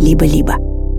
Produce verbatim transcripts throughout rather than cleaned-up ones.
либо-либо.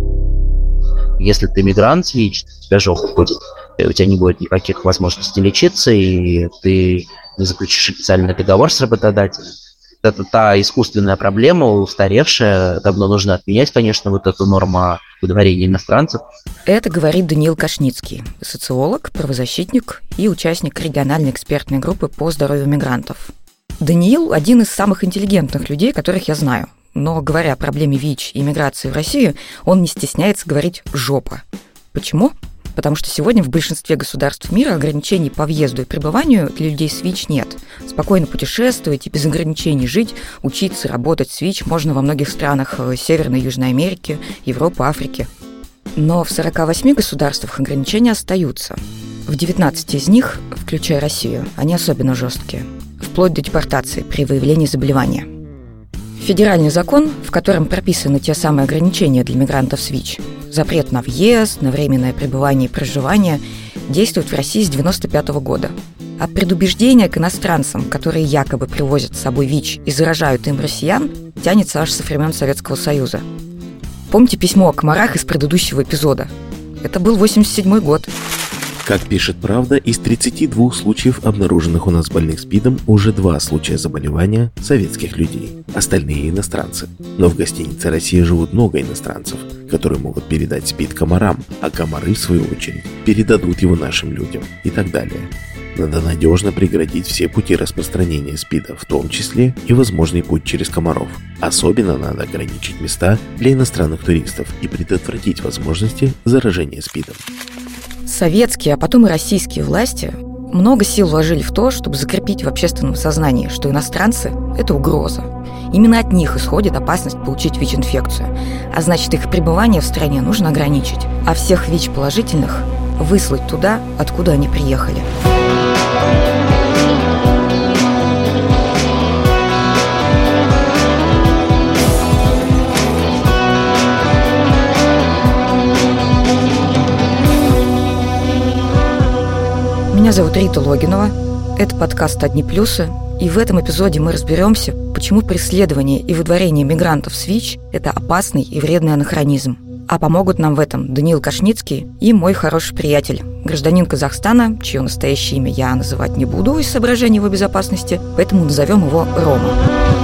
Если ты мигрант с ВИЧ, у тебя жопа будет, у тебя не будет никаких возможностей лечиться, и ты не заключишь официальный договор с работодателем. Это та искусственная проблема, устаревшая, давно нужно отменять, конечно, вот эту норму выдворения иностранцев. Это говорит Даниил Кашницкий, социолог, правозащитник и участник региональной экспертной группы по здоровью мигрантов. Даниил – один из самых интеллигентных людей, которых я знаю. Но, говоря о проблеме ВИЧ и миграции в Россию, он не стесняется говорить «жопа». Почему? Потому что сегодня в большинстве государств мира ограничений по въезду и пребыванию для людей с ВИЧ нет. Спокойно путешествовать и без ограничений жить, учиться, работать с ВИЧ можно во многих странах Северной и Южной Америки, Европы, Африки. Но в сорока восьми государствах ограничения остаются. В девятнадцати из них, включая Россию, они особенно жесткие, вплоть до депортации при выявлении заболевания. Федеральный закон, в котором прописаны те самые ограничения для мигрантов с ВИЧ, запрет на въезд, на временное пребывание и проживание, действует в России с девяносто пятого года. А предубеждение к иностранцам, которые якобы привозят с собой ВИЧ и заражают им россиян, тянется аж со времен Советского Союза. Помните письмо о комарах из предыдущего эпизода? Это был восемьдесят седьмой год. Как пишет «Правда», из тридцати двух случаев, обнаруженных у нас больных СПИДом, уже два случая заболевания советских людей, остальные иностранцы. Но в гостинице России живут много иностранцев, которые могут передать СПИД комарам, а комары, в свою очередь, передадут его нашим людям и так далее. Надо надежно преградить все пути распространения СПИДа, в том числе и возможный путь через комаров. Особенно надо ограничить места для иностранных туристов и предотвратить возможности заражения СПИДом. Советские, а потом и российские власти много сил вложили в то, чтобы закрепить в общественном сознании, что иностранцы – это угроза. Именно от них исходит опасность получить ВИЧ-инфекцию, а значит, их пребывание в стране нужно ограничить, а всех ВИЧ-положительных выслать туда, откуда они приехали. Меня зовут Рита Логинова, это подкаст «Одни плюсы», и в этом эпизоде мы разберемся, почему преследование и выдворение мигрантов с ВИЧ – это опасный и вредный анахронизм. А помогут нам в этом Даниил Кашницкий и мой хороший приятель, гражданин Казахстана, чье настоящее имя я называть не буду из соображений его безопасности, поэтому назовем его Рома.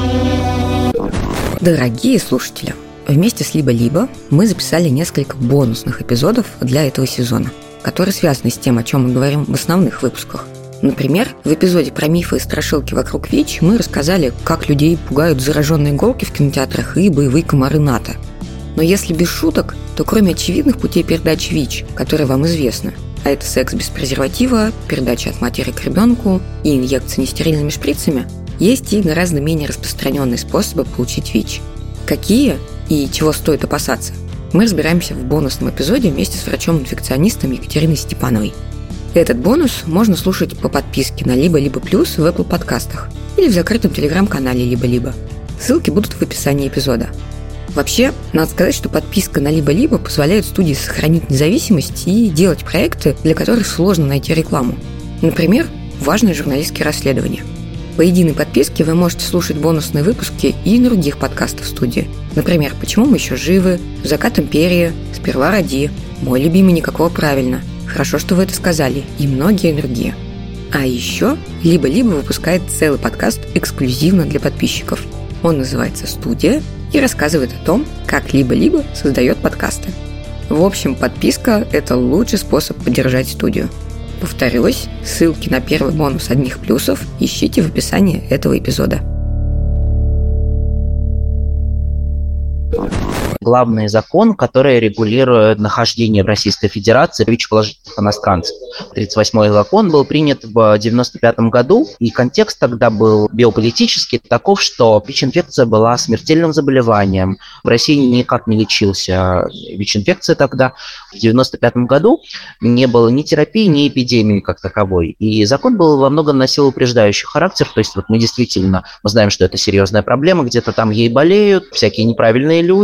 Дорогие слушатели, вместе с «Либо-либо» мы записали несколько бонусных эпизодов для этого сезона, которые связаны с тем, о чем мы говорим в основных выпусках. Например, в эпизоде про мифы и страшилки вокруг ВИЧ мы рассказали, как людей пугают зараженные иголки в кинотеатрах и боевые комары НАТО. Но если без шуток, то кроме очевидных путей передачи ВИЧ, которые вам известны, а это секс без презерватива, передача от матери к ребенку и инъекции нестерильными шприцами, есть и гораздо менее распространенные способы получить ВИЧ. Какие и чего стоит опасаться? Мы разбираемся в бонусном эпизоде вместе с врачом-инфекционистом Екатериной Степановой. Этот бонус можно слушать по подписке на «Либо-либо плюс» в Apple подкастах или в закрытом телеграм-канале «Либо-либо». Ссылки будут в описании эпизода. Вообще, надо сказать, что подписка на «Либо-либо» позволяет студии сохранить независимость и делать проекты, для которых сложно найти рекламу. Например, важные журналистские расследования. По единой подписке вы можете слушать бонусные выпуски и других подкастов студии. Например, «Почему мы еще живы?», «Закат империи», «Сперва роди», «Мой любимый никакого правильно», «Хорошо, что вы это сказали» и многие другие. А еще «Либо-либо» выпускает целый подкаст эксклюзивно для подписчиков. Он называется «Студия» и рассказывает о том, как «Либо-либо» создает подкасты. В общем, подписка – это лучший способ поддержать студию. Повторюсь, ссылки на первый бонус одних плюсов ищите в описании этого эпизода. Главный закон, который регулирует нахождение в Российской Федерации ВИЧ-положительных иностранцев. тридцать восьмой закон был принят в девяносто пятом году, и контекст тогда был биополитический таков, что ВИЧ-инфекция была смертельным заболеванием. В России никак не лечился ВИЧ-инфекция тогда. В девяносто пятом году не было ни терапии, ни эпидемии как таковой. И закон был во многом носил упреждающий характер, то есть вот мы действительно мы знаем, что это серьезная проблема, где-то там ей болеют, всякие неправильные люди,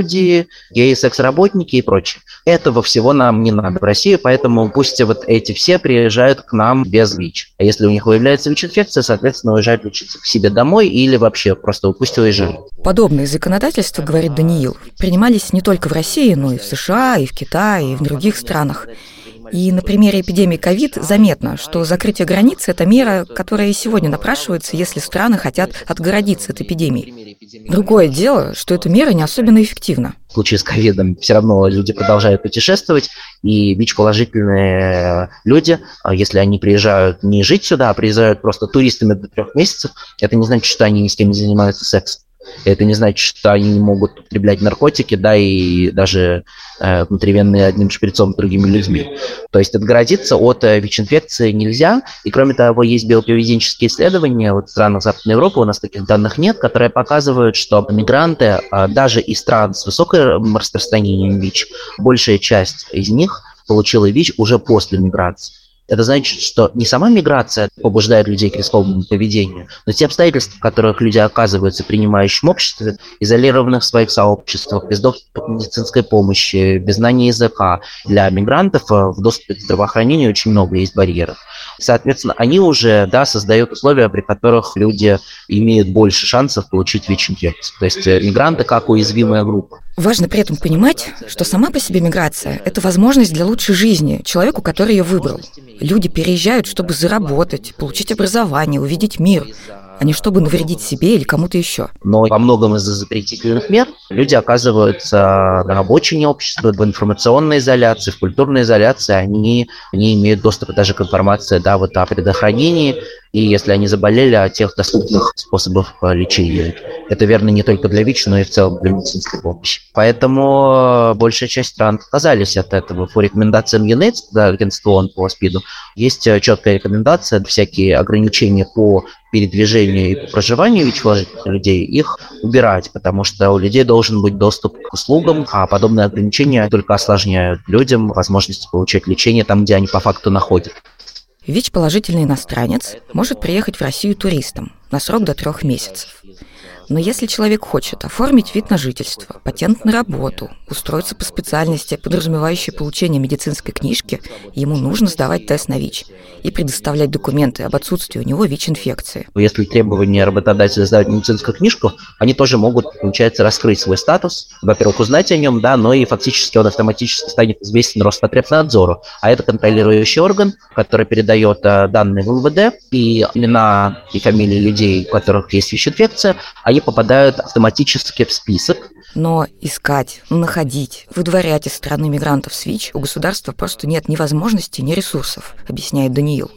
мигранты, геи-секс-работники и прочее. Этого всего нам не надо в России, поэтому пусть вот эти все приезжают к нам без ВИЧ. А если у них выявляется ВИЧ-инфекция, соответственно, уезжают лечиться к себе домой или вообще просто пусть уезжают. Подобные законодательства, говорит Даниил, принимались не только в России, но и в США, и в Китае, и в других странах. И на примере эпидемии ковид заметно, что закрытие границ – это мера, которая и сегодня напрашивается, если страны хотят отгородиться от эпидемии. Другое дело, что эта мера не особенно эффективна. В случае с ковидом все равно люди продолжают путешествовать, и ВИЧ-положительные люди, если они приезжают не жить сюда, а приезжают просто туристами до трех месяцев, это не значит, что они ни с кем не занимаются сексом. Это не значит, что они не могут употреблять наркотики, да, и даже э, внутривенные одним шприцом другими людьми. То есть отгородиться от э, ВИЧ-инфекции нельзя. И кроме того, есть биоповеденческие исследования. Вот в странах Западной Европы у нас таких данных нет, которые показывают, что мигранты, э, даже из стран с высоким распространением ВИЧ, большая часть из них получила ВИЧ уже после миграции. Это значит, что не сама миграция побуждает людей к рисковому поведению, но те обстоятельства, в которых люди оказываются в принимающем обществе, изолированных в своих сообществах, без доступа к медицинской помощи, без знания языка. Для мигрантов в доступе к здравоохранению очень много есть барьеров. Соответственно, они уже, да, создают условия, при которых люди имеют больше шансов получить ВИЧ-инфекцию. То есть мигранты как уязвимая группа. Важно при этом понимать, что сама по себе миграция – это возможность для лучшей жизни человеку, который ее выбрал. Люди переезжают, чтобы заработать, получить образование, увидеть мир, а не чтобы навредить себе или кому-то еще. Но во многом из-за запретительных мер люди оказываются на обочине общества, в информационной изоляции, в культурной изоляции, они не имеют доступа даже к информации, да, вот о предохранении, и если они заболели, о тех доступных способах лечения. Это верно не только для ВИЧ, но и в целом для медицинской помощи. Поэтому большая часть стран отказались от этого. По рекомендациям ЮНЕЙДС, да, агентства ООН по СПИДу, есть четкая рекомендация, всякие ограничения по передвижению и по проживанию ВИЧ-положительных людей, их убирать, потому что у людей должен быть доступ к услугам, а подобные ограничения только осложняют людям возможность получать лечение там, где они по факту находятся. ВИЧ-положительный иностранец может приехать в Россию туристом на срок до трех месяцев. Но если человек хочет оформить вид на жительство, патент на работу, устроиться по специальности, подразумевающей получение медицинской книжки, ему нужно сдавать тест на ВИЧ и предоставлять документы об отсутствии у него ВИЧ-инфекции. Если требования работодателя сдавать медицинскую книжку, они тоже могут, получается, раскрыть свой статус, во-первых, узнать о нем, да, но и фактически он автоматически станет известен Роспотребнадзору, а это контролирующий орган, который передает э, данные в МВД, и имена и фамилии людей, у которых есть ВИЧ-инфекция, они попадают автоматически в список. Но искать, находить, выдворять из страны мигрантов с ВИЧ у государства просто нет ни возможности, ни ресурсов, объясняет Даниил.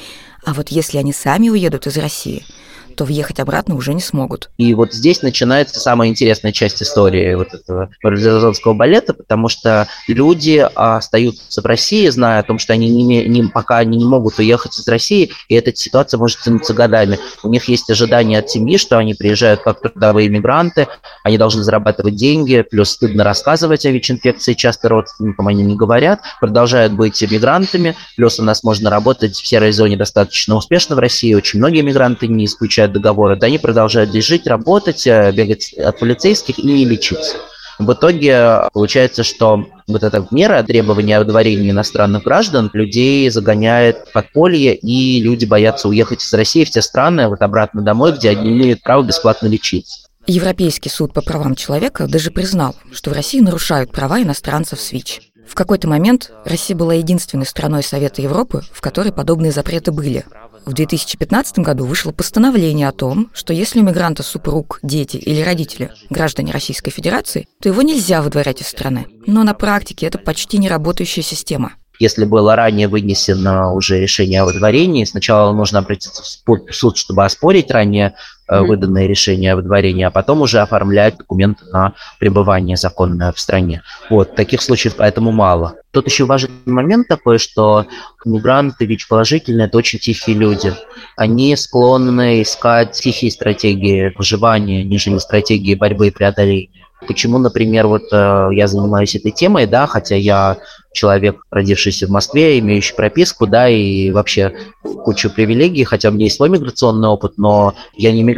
А вот если они сами уедут из России, то въехать обратно уже не смогут. И вот здесь начинается самая интересная часть истории вот этого марлезонского балета, потому что люди остаются в России, зная о том, что они не, не, пока они не могут уехать из России, и эта ситуация может тянуться годами. У них есть ожидания от семьи, что они приезжают как трудовые мигранты, они должны зарабатывать деньги, плюс стыдно рассказывать о ВИЧ-инфекции, часто родственникам они не говорят, продолжают быть мигрантами, плюс у нас можно работать в серой зоне достаточно успешно в России, очень многие мигранты не исключают договора, да, они продолжают здесь жить, работать, бегать от полицейских и не лечиться. В итоге получается, что вот эта мера требования о выдворении иностранных граждан людей загоняет в подполье, и люди боятся уехать из России в те страны, вот обратно домой, где они имеют право бесплатно лечиться. Европейский суд по правам человека даже признал, что в России нарушают права иностранцев с ВИЧ. В какой-то момент Россия была единственной страной Совета Европы, в которой подобные запреты были. В две тысячи пятнадцатом году вышло постановление о том, что если у мигранта супруг, дети или родители граждане Российской Федерации, то его нельзя выдворять из страны. Но на практике это почти не работающая система. Если было ранее вынесено уже решение о выдворении, сначала нужно обратиться в суд, чтобы оспорить ранее mm-hmm. выданное решение о выдворении, а потом уже оформлять документы на пребывание законное в стране. Вот, таких случаев поэтому мало. Тут еще важный момент такой, что мигранты ВИЧ-положительные – это очень тихие люди. Они склонны искать тихие стратегии выживания, нежели стратегии борьбы и преодоления. Почему, например, вот э, я занимаюсь этой темой, да, хотя я человек, родившийся в Москве, имеющий прописку, да, и вообще кучу привилегий, хотя у меня есть свой миграционный опыт, но я не мигрант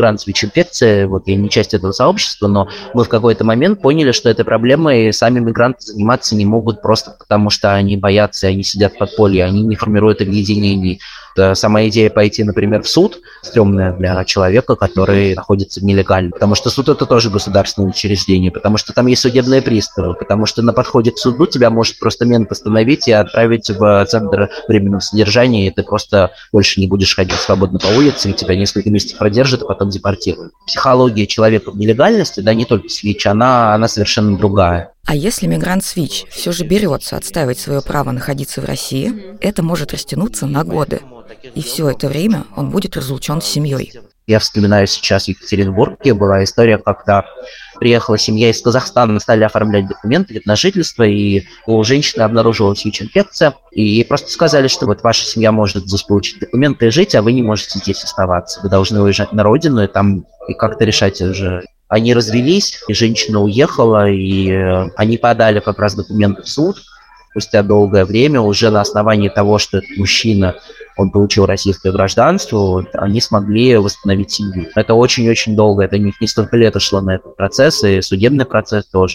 мигрант с ВИЧ-инфекцией, вот я не часть этого сообщества, но мы в какой-то момент поняли, что этой проблемой сами мигранты заниматься не могут просто потому, что они боятся, они сидят в подполье, они не формируют объединений. Сама идея пойти, например, в суд стрёмная для человека, который находится нелегально, потому что суд — это тоже государственное учреждение, потому что там есть судебные приставы, потому что на подходе к суду тебя может просто мент остановить и отправить в центр временного содержания, и ты просто больше не будешь ходить свободно по улице, и тебя несколько месяцев продержат, а потом депортируют. Психология человека в нелегальности, да, не только с ВИЧ, она, она совершенно другая. А если мигрант с ВИЧ все же берется отстаивать свое право находиться в России, это может растянуться на годы. И все это время он будет разлучен с семьей. Я вспоминаю сейчас в Екатеринбурге была история, когда приехала семья из Казахстана, стали оформлять документы на жительство, и у женщины обнаружилась ВИЧ-инфекция, и ей просто сказали, что вот ваша семья может здесь получить документы и жить, а вы не можете здесь оставаться. Вы должны уезжать на родину и там и как-то решать уже. Они развелись, и женщина уехала, и они подали как раз документы в суд. Спустя долгое время, уже на основании того, что этот мужчина, он получил российское гражданство, они смогли восстановить семью. Это очень-очень долго, это не, не столько лет ушло на этот процесс, и судебный процесс тоже.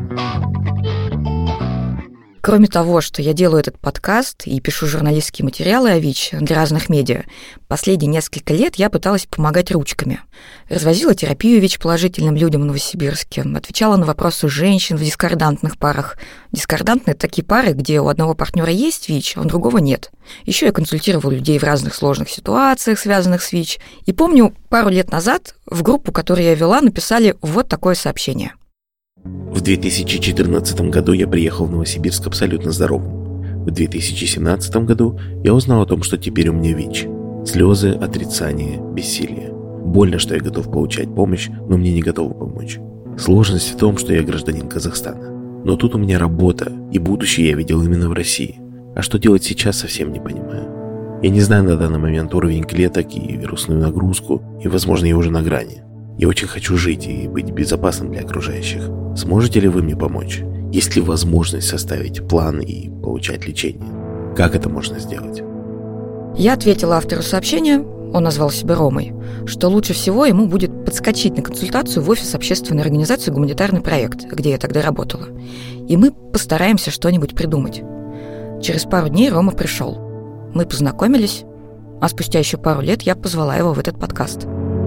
Кроме того, что я делаю этот подкаст и пишу журналистские материалы о ВИЧ для разных медиа, последние несколько лет я пыталась помогать ручками. Развозила терапию ВИЧ-положительным людям в Новосибирске, отвечала на вопросы женщин в дискордантных парах. Дискордантные — это такие пары, где у одного партнера есть ВИЧ, а у другого нет. Еще я консультировала людей в разных сложных ситуациях, связанных с ВИЧ. И помню, пару лет назад в группу, которую я вела, написали вот такое сообщение. В две тысячи четырнадцатом году я приехал в Новосибирск абсолютно здоровым. В две тысячи семнадцатом году я узнал о том, что теперь у меня ВИЧ. Слезы, отрицание, бессилие. Больно, что я готов получать помощь, но мне не готовы помочь. Сложность в том, что я гражданин Казахстана. Но тут у меня работа, и будущее я видел именно в России. А что делать сейчас, совсем не понимаю. Я не знаю на данный момент уровень клеток и вирусную нагрузку, и, возможно, я уже на грани. Я очень хочу жить и быть безопасным для окружающих. Сможете ли вы мне помочь? Есть ли возможность составить план и получать лечение? Как это можно сделать? Я ответила автору сообщения, он назвал себя Ромой, что лучше всего ему будет подскочить на консультацию в офис общественной организации «Гуманитарный проект», где я тогда работала. И мы постараемся что-нибудь придумать. Через пару дней Рома пришел. Мы познакомились, а спустя еще пару лет я позвала его в этот подкаст.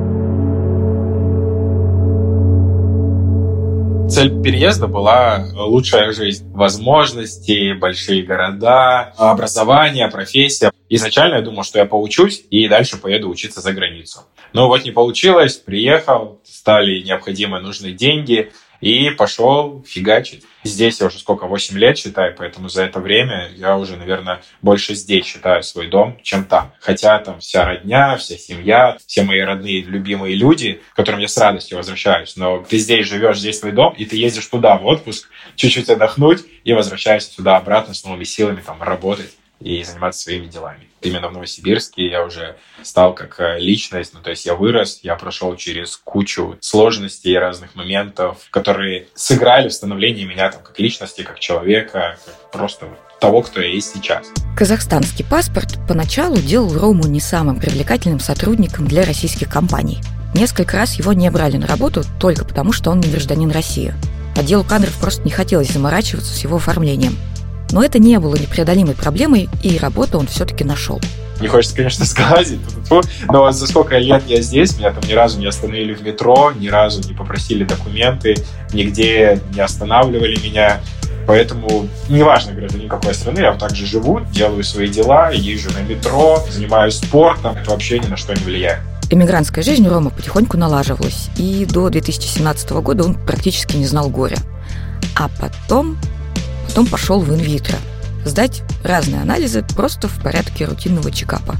Цель переезда была лучшая жизнь, возможности, большие города, образование, профессия. Изначально я думал, что я поучусь и дальше поеду учиться за границу. Но вот не получилось, приехал, стали необходимы нужные деньги и пошел фигачить. Здесь я уже сколько, восемь лет считаю, поэтому за это время я уже, наверное, больше здесь считаю свой дом, чем там. Хотя там вся родня, вся семья, все мои родные, любимые люди, к которым я с радостью возвращаюсь. Но ты здесь живешь, здесь твой дом, и ты ездишь туда в отпуск, чуть-чуть отдохнуть и возвращаешься сюда обратно с новыми силами, там, работать и заниматься своими делами. Именно в Новосибирске я уже стал как личность, ну, то есть я вырос, я прошел через кучу сложностей и разных моментов, которые сыграли в становлении меня там как личности, как человека, как просто того, кто я есть сейчас. Казахстанский паспорт поначалу делал Рому не самым привлекательным сотрудником для российских компаний. Несколько раз его не брали на работу только потому, что он не гражданин России. Отделу кадров просто не хотелось заморачиваться с его оформлением. Но это не было непреодолимой проблемой, и работу он все-таки нашел. Не хочется, конечно, сглазить, но за сколько лет я здесь, меня там ни разу не остановили в метро, ни разу не попросили документы, нигде не останавливали меня. Поэтому неважно, гражданин какой страны, я также живу, делаю свои дела, езжу на метро, занимаюсь спортом. Это вообще ни на что не влияет. Эмигрантская жизнь у Ромы потихоньку налаживалась, и до две тысячи семнадцатого года он практически не знал горя. А потом... Потом пошел в инвитро. Сдать разные анализы просто в порядке рутинного чекапа.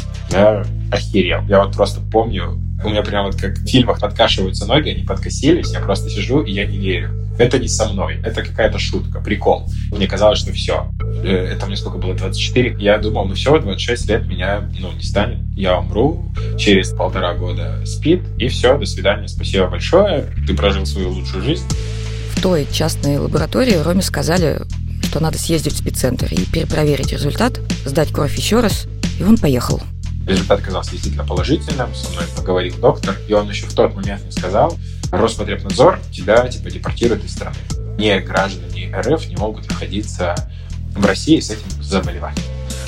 Я охерел. Я вот просто помню, у меня прям вот как в фильмах подкашиваются ноги, они подкосились, я просто сижу, и я не верю. Это не со мной, это какая-то шутка, прикол. Мне казалось, что все. Это мне сколько было, двадцать четыре. Я думал, ну все, двадцать шесть лет меня ну, не станет. Я умру, через полтора года спит, и все, до свидания. Спасибо большое, ты прожил свою лучшую жизнь. В той частной лаборатории Роме сказали, что надо съездить в спеццентр и перепроверить результат, сдать кровь еще раз, и он поехал. Результат оказался действительно положительным, со мной поговорил доктор, и он еще в тот момент мне сказал: Роспотребнадзор тебя типа депортирует из страны. Ни граждане эр эф не могут находиться в России с этим заболеванием.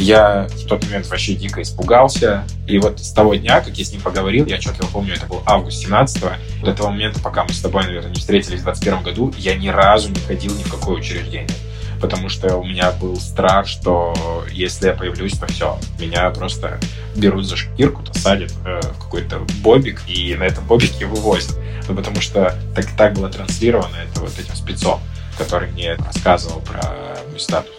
Я в тот момент вообще дико испугался. И вот с того дня, как я с ним поговорил, я отчетливо помню, это был август семнадцатого, до того момента, пока мы с тобой, наверное, не встретились в двадцать первом году, я ни разу не ходил ни в какое учреждение. Потому что у меня был страх, что если я появлюсь, то все. Меня просто берут за шкирку, то садят в какой-то бобик, и на этом бобике вывозят. Ну, потому что так, так было транслировано это вот этим спецом, который мне рассказывал про мой статус.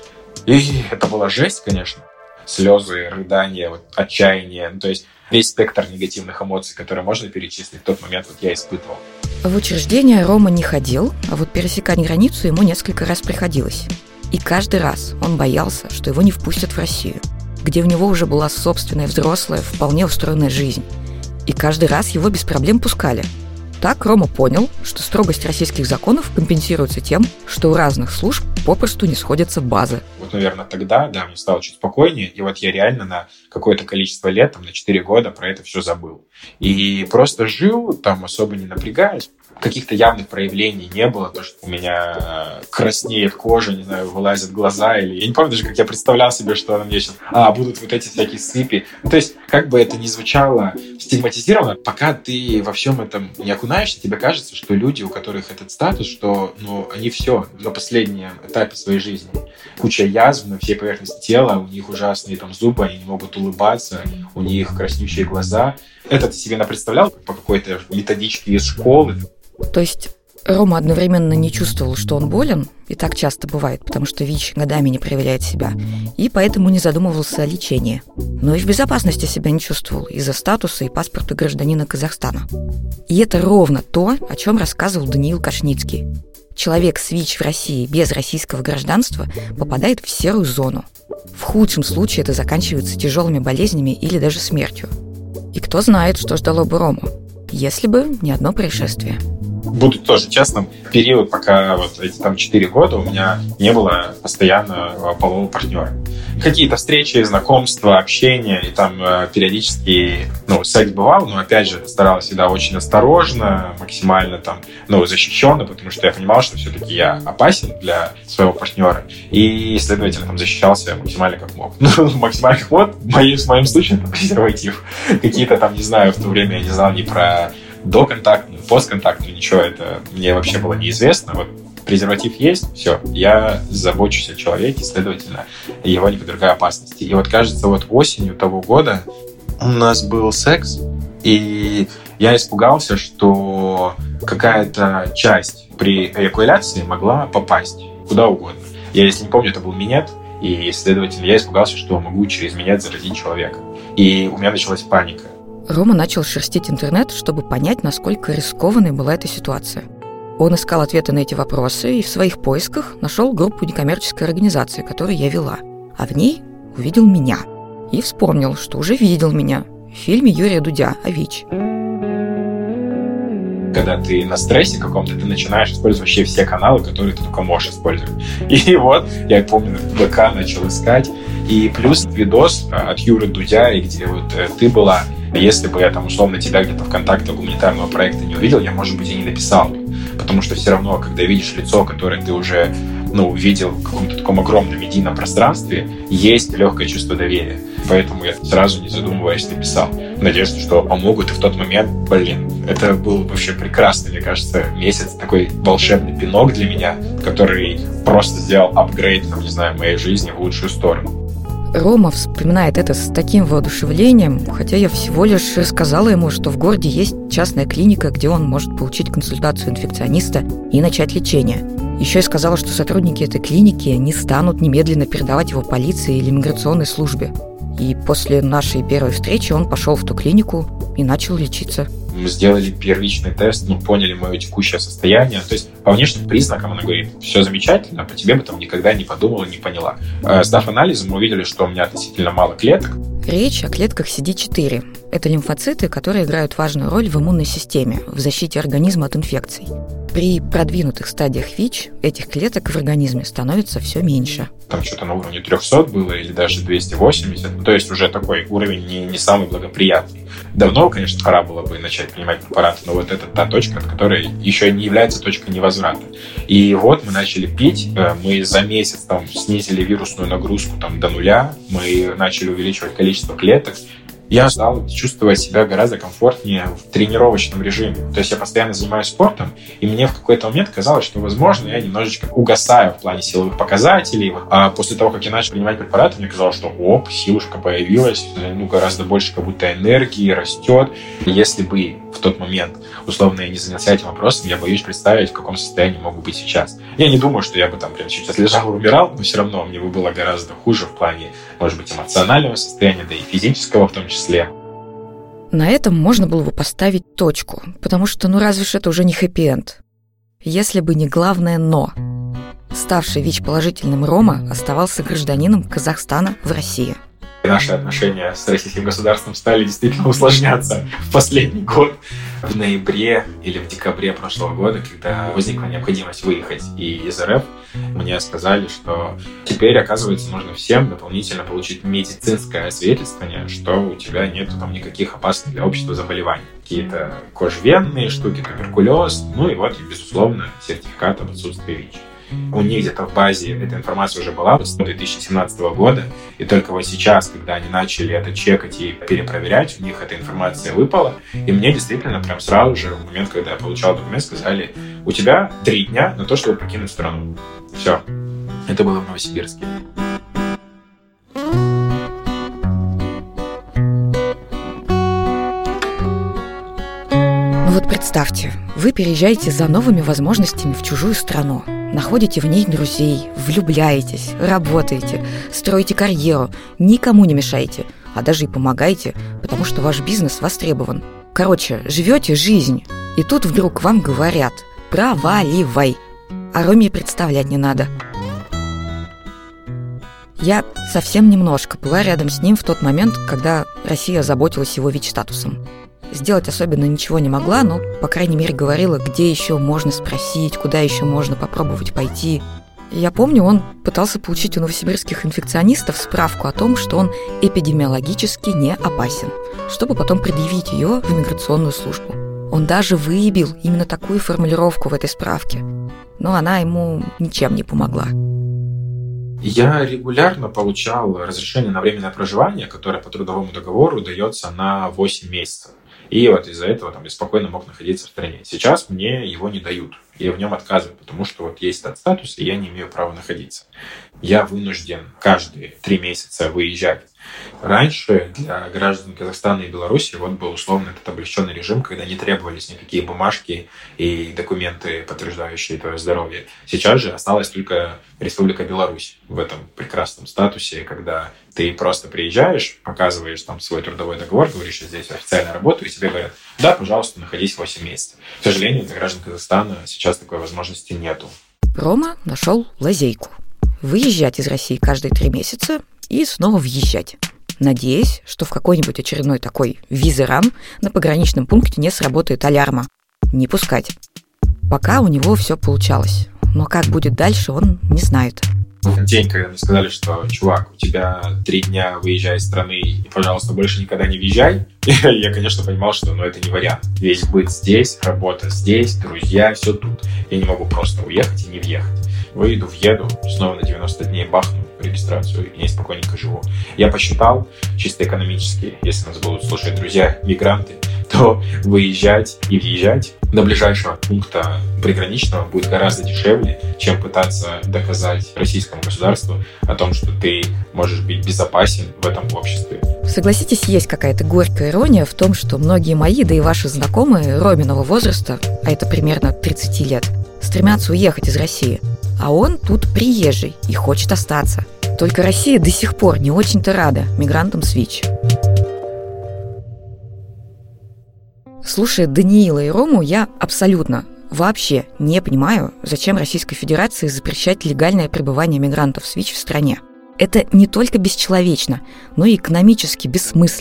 И это была жесть, конечно. Слезы, рыдания, вот, отчаяние. Ну, то есть весь спектр негативных эмоций, которые можно перечислить, в тот момент вот я испытывал. В учреждение Рома не ходил, а вот пересекать границу ему несколько раз приходилось. И каждый раз он боялся, что его не впустят в Россию, где у него уже была собственная взрослая, вполне устроенная жизнь. И каждый раз его без проблем пускали. Так Рома понял, что строгость российских законов компенсируется тем, что у разных служб попросту не сходятся базы. Вот, наверное, тогда, да, мне стало чуть спокойнее, и вот я реально на какое-то количество лет, там, на четыре года про это все забыл. И просто жил, там, особо не напрягаясь. Каких-то явных проявлений не было, то, что у меня краснеет кожа, не знаю, вылазят глаза, или я не помню даже, как я представлял себе, что на мне сейчас, а, будут вот эти всякие сыпи. Ну, то есть, как бы это ни звучало стигматизированно, пока ты во всем этом не окунаешься, тебе кажется, что люди, у которых этот статус, что, ну, они все на последнем этапе своей жизни. Куча язв на всей поверхности тела, у них ужасные там зубы, они не могут улыбаться, у них краснющие глаза. Это ты себе напредставлял по какой-то методичке из школы? То есть Рома одновременно не чувствовал, что он болен, и так часто бывает, потому что ВИЧ годами не проявляет себя, и поэтому не задумывался о лечении. Но и в безопасности себя не чувствовал из-за статуса и паспорта гражданина Казахстана. И это ровно то, о чем рассказывал Даниил Кашницкий. Человек с ВИЧ в России без российского гражданства попадает в серую зону. В худшем случае это заканчивается тяжелыми болезнями или даже смертью. И кто знает, что ждало бы Рому, если бы не одно происшествие. Буду тоже честным, период, пока вот эти там четыре года у меня не было постоянного полового партнера. Какие-то встречи, знакомства, общение, и там э, периодически, ну, секс бывал, но, опять же, старалась всегда очень осторожно, максимально там, ну, защищенно, потому что я понимал, что все-таки я опасен для своего партнера, и, следовательно, там защищался максимально как мог. Ну, максимально как мог, в моем, в моем случае, это презерватив. Какие-то там, не знаю, в то время я не знал ни про доконтактную, постконтактную, ничего, это мне вообще было неизвестно. Вот презерватив есть, все, я забочусь о человеке, следовательно, его не подвергаю опасности. И вот, кажется, вот осенью того года у нас был секс, и я испугался, что какая-то часть при эякуляции могла попасть куда угодно. Я, если не помню, это был минет, и, следовательно, я испугался, что могу через минет заразить человека. И у меня началась паника. Рома начал шерстить интернет, чтобы понять, насколько рискованной была эта ситуация. Он искал ответы на эти вопросы и в своих поисках нашел группу некоммерческой организации, которую я вела. А в ней увидел меня. И вспомнил, что уже видел меня в фильме Юрия Дудя о ВИЧ. Когда ты на стрессе каком-то, ты начинаешь использовать вообще все каналы, которые ты только можешь использовать. И вот, я помню, ВК начал искать. И плюс видос от Юры Дудя, где вот ты была. Если бы я там условно тебя где-то в контактах гуманитарного проекта не увидел, я, может быть, и не написал бы. Потому что все равно, когда видишь лицо, которое ты уже, ну, видел в каком-то таком огромном медийном пространстве, есть легкое чувство доверия. Поэтому я сразу, не задумываясь, написал. В надежде, что помогут. И в тот момент, блин, это был вообще прекрасный, мне кажется, месяц. Такой волшебный пинок для меня, который просто сделал апгрейд, там, не знаю, моей жизни в лучшую сторону. Рома вспоминает это с таким воодушевлением, хотя я всего лишь рассказала ему, что в городе есть частная клиника, где он может получить консультацию инфекциониста и начать лечение. Еще и сказала, что сотрудники этой клиники не станут немедленно передавать его полиции или миграционной службе. И после нашей первой встречи он пошел в ту клинику и начал лечиться. Мы сделали первичный тест, ну, поняли мое текущее состояние. То есть по внешним признакам она говорит, все замечательно, по тебе бы там никогда не подумала, не поняла. Сдав анализы, мы увидели, что у меня относительно мало клеток. Речь о клетках си ди четыре. Это лимфоциты, которые играют важную роль в иммунной системе, в защите организма от инфекций. При продвинутых стадиях ВИЧ этих клеток в организме становится все меньше. Там что-то на уровне триста было или даже двести восемьдесят. Ну, то есть уже такой уровень не, не самый благоприятный. Давно, конечно, пора было бы начать принимать препараты, но вот это та точка, от которой еще не является точкой невозврата. И вот мы начали пить, мы за месяц там снизили вирусную нагрузку там, до нуля, мы начали увеличивать количество клеток. Я стал чувствовать себя гораздо комфортнее в тренировочном режиме. То есть я постоянно занимаюсь спортом, и мне в какой-то момент казалось, что, возможно, я немножечко угасаю в плане силовых показателей. А после того, как я начал принимать препараты, мне казалось, что оп, силушка появилась, ну, гораздо больше как будто энергии растет. Если бы в тот момент, условно, я не занялся этим вопросом, я боюсь представить, в каком состоянии могу быть сейчас. Я не думаю, что я бы там прямо сейчас лежал и умирал, но все равно мне бы было гораздо хуже в плане, может быть, эмоционального состояния, да и физического в том числе. На этом можно было бы поставить точку, потому что, ну разве ж это уже не хэппи-энд? Если бы не главное «но». Ставший ВИЧ-положительным Рома оставался гражданином Казахстана в России. Наши отношения с российским государством стали действительно усложняться в последний год. В ноябре или в декабре прошлого года, когда возникла необходимость выехать из РФ, мне сказали, что теперь, оказывается, нужно всем дополнительно получить медицинское освидетельствование, что у тебя нет там никаких опасных для общества заболеваний. Какие-то кожвенные штуки, туберкулез, ну и вот, безусловно, сертификат об отсутствии ВИЧ. У них где-то в базе эта информация уже была с две тысячи семнадцатого года, и только вот сейчас, когда они начали это чекать и перепроверять, у них эта информация выпала, и мне действительно прям сразу же, в момент, когда я получал документ, сказали, у тебя три дня на то, чтобы покинуть страну. Все. Это было в Новосибирске. Ну вот представьте, вы переезжаете за новыми возможностями в чужую страну. Находите в ней друзей, влюбляетесь, работаете, строите карьеру, никому не мешаете, а даже и помогаете, потому что ваш бизнес востребован. Короче, живете жизнь, и тут вдруг вам говорят «проваливай», а Роме представлять не надо. Я совсем немножко была рядом с ним в тот момент, когда Россия заботилась его ВИЧ-статусом. Сделать особенно ничего не могла, но, по крайней мере, говорила, где еще можно спросить, куда еще можно попробовать пойти. И я помню, он пытался получить у новосибирских инфекционистов справку о том, что он эпидемиологически не опасен, чтобы потом предъявить ее в иммиграционную службу. Он даже выявил именно такую формулировку в этой справке, но она ему ничем не помогла. Я регулярно получал разрешение на временное проживание, которое по трудовому договору дается на восемь месяцев. И вот из-за этого там, я спокойно мог находиться в стране. Сейчас мне его не дают. Я в нем отказываю, потому что вот есть этот статус, и я не имею права находиться. Я вынужден каждые три месяца выезжать. Раньше для граждан Казахстана и Беларуси вот был условно этот облегченный режим, когда не требовались никакие бумажки и документы, подтверждающие твое здоровье. Сейчас же осталась только Республика Беларусь в этом прекрасном статусе, когда ты просто приезжаешь, показываешь там свой трудовой договор, говоришь, что здесь официально работаю, и тебе говорят, да, пожалуйста, находись восемь месяцев. К сожалению, для граждан Казахстана сейчас такой возможности нету. Рома нашел лазейку. Выезжать из России каждые три месяца и снова въезжать, надеясь, что в какой-нибудь очередной такой визеран на пограничном пункте не сработает алярма. Не пускать. Пока у него все получалось. Но как будет дальше, он не знает. В день, когда мне сказали, что, чувак, у тебя три дня выезжай из страны и, пожалуйста, больше никогда не въезжай, я, конечно, понимал, что ну, это не вариант. Весь быт здесь, работа здесь, друзья, все тут. Я не могу просто уехать и не въехать. Выйду, въеду, снова на девяносто дней бахну регистрацию и спокойненько живу. Я посчитал, чисто экономически, если нас будут слушать друзья-мигранты, то выезжать и въезжать до ближайшего пункта приграничного будет гораздо дешевле, чем пытаться доказать российскому государству о том, что ты можешь быть безопасен в этом обществе. Согласитесь, есть какая-то горькая ирония в том, что многие мои, да и ваши знакомые Роминого возраста, а это примерно тридцать лет, стремятся уехать из России. А он тут приезжий и хочет остаться. Только Россия до сих пор не очень-то рада мигрантам с ВИЧ. Слушая Даниила и Рому, я абсолютно вообще не понимаю, зачем Российской Федерации запрещать легальное пребывание мигрантов с ВИЧ в стране. Это не только бесчеловечно, но и экономически бессмысленно.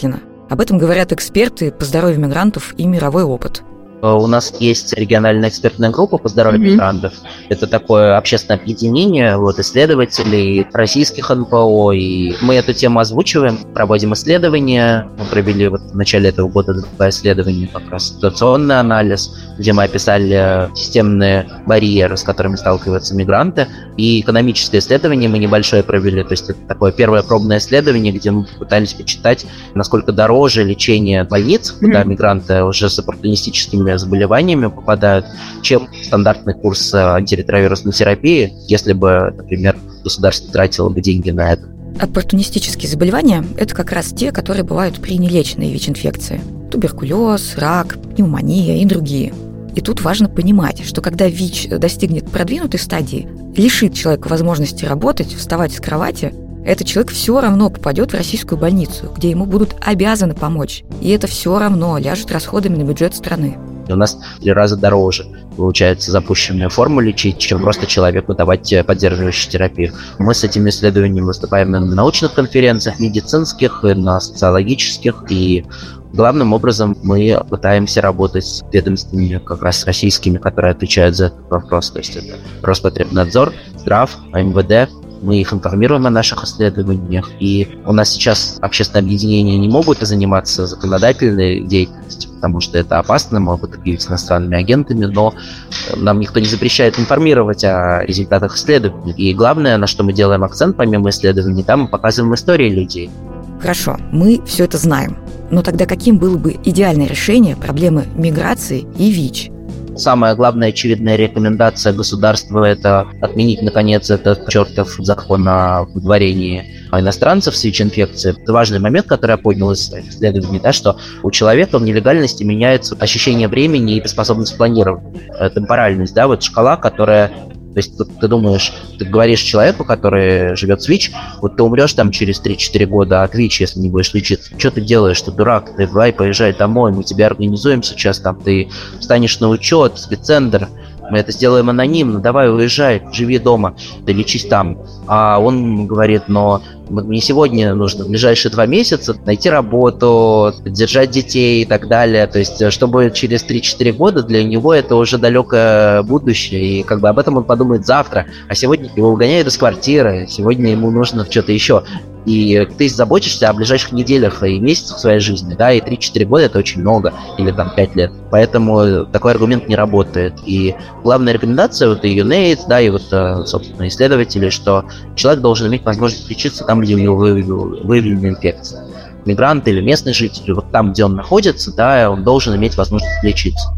Об этом говорят эксперты по здоровью мигрантов и мировой опыт. У нас есть региональная экспертная группа по здоровью mm-hmm. мигрантов. Это такое общественное объединение вот, исследователей российских эн пэ о. И мы эту тему озвучиваем, проводим исследования. Мы провели вот в начале этого года два исследования, как раз ситуационный анализ, где мы описали системные барьеры, с которыми сталкиваются мигранты. И экономическое исследование мы небольшое провели. То есть это такое первое пробное исследование, где мы пытались почитать, насколько дороже лечение в больниц, mm-hmm. когда мигранты уже с оппортунистическими заболеваниями попадают, чем стандартный курс антиретровирусной терапии, если бы, например, государство тратило бы деньги на это. Оппортунистические заболевания – это как раз те, которые бывают при нелеченной ВИЧ-инфекции. Туберкулез, рак, пневмония и другие. И тут важно понимать, что когда ВИЧ достигнет продвинутой стадии, лишит человека возможности работать, вставать с кровати, этот человек все равно попадет в российскую больницу, где ему будут обязаны помочь. И это все равно ляжет расходами на бюджет страны. У нас в три раза дороже получается запущенную форму лечить, чем просто человеку давать поддерживающую терапию. Мы с этими исследованиями выступаем на научных конференциях, медицинских, на социологических, и главным образом мы пытаемся работать с ведомствами, как раз российскими, которые отвечают за этот вопрос. То есть это Роспотребнадзор, Здрав, эм вэ дэ. Мы их информируем о наших исследованиях, и у нас сейчас общественные объединения не могут заниматься законодательной деятельностью, потому что это опасно, могут быть иностранными агентами, но нам никто не запрещает информировать о результатах исследований. И главное, на что мы делаем акцент, помимо исследований, там мы показываем истории людей. Хорошо, мы все это знаем, но тогда каким было бы идеальное решение проблемы миграции и ВИЧ? Самая главная очевидная рекомендация государства – это отменить, наконец, этот чертов закон о выдворении иностранцев с ВИЧ-инфекцией. Это важный момент, который я поднял из исследований, да, что у человека в нелегальности меняется ощущение времени и способность планировать. Темпоральность, да, вот шкала, которая... То есть ты, ты думаешь, ты говоришь человеку, который живет с ВИЧ, вот ты умрешь там через три-четыре года от ВИЧ, если не будешь лечиться. Что ты делаешь? Ты дурак, ты давай поезжай домой, мы тебя организуем сейчас, там ты встанешь на учет, спеццентр, мы это сделаем анонимно, давай уезжай, живи дома, ты лечись там. А он говорит, но мне сегодня нужно в ближайшие два месяца найти работу, держать детей и так далее. То есть, чтобы через три-четыре года для него это уже далекое будущее. И как бы об этом он подумает завтра. А сегодня его угоняют из квартиры, сегодня ему нужно что-то еще. И ты заботишься о ближайших неделях и месяцах своей жизни, да, и три-четыре года это очень много, или там пять лет. Поэтому такой аргумент не работает. И главная рекомендация вот и юнэйдс, да, и вот, собственно, исследователи, что человек должен иметь возможность лечиться там, где у него выявлена инфекция. Мигрант или местный житель, вот там, где он находится, да, он должен иметь возможность лечиться.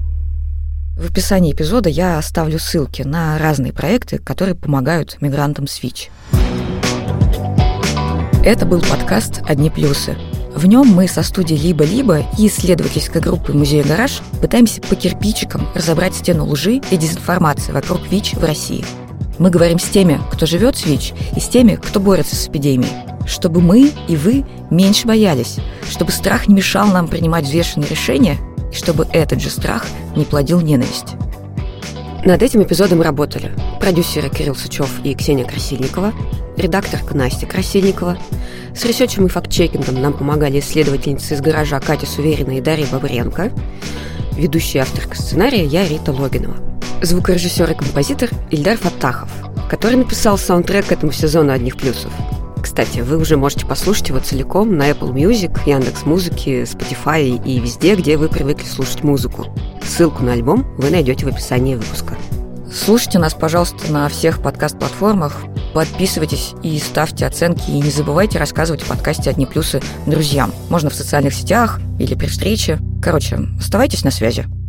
В описании эпизода я оставлю ссылки на разные проекты, которые помогают мигрантам с ВИЧ. Это был подкаст «Одни плюсы». В нем мы со студией «Либо-либо» и исследовательской группы «Музей Гараж» пытаемся по кирпичикам разобрать стену лжи и дезинформации вокруг ВИЧ в России. Мы говорим с теми, кто живет с ВИЧ, и с теми, кто борется с эпидемией, чтобы мы и вы меньше боялись, чтобы страх не мешал нам принимать взвешенные решения, и чтобы этот же страх не плодил ненависть. Над этим эпизодом работали продюсеры Кирилл Сычев и Ксения Красильникова, редакторка Настя Красильникова. С ресерчем и фактчекингом нам помогали исследовательницы из гаража Катя Суверина и Дарья Бобренко. Ведущая авторка сценария я, Рита Логинова. Звукорежиссер и композитор Ильдар Фаттахов, который написал саундтрек к этому сезону «Одних плюсов». Кстати, вы уже можете послушать его целиком на Apple Music, Яндекс.Музыке, Spotify и везде, где вы привыкли слушать музыку. Ссылку на альбом вы найдете в описании выпуска. Слушайте нас, пожалуйста, на всех подкаст-платформах, подписывайтесь и ставьте оценки, и не забывайте рассказывать о подкасте «Одни плюсы» друзьям. Можно в социальных сетях или при встрече. Короче, оставайтесь на связи.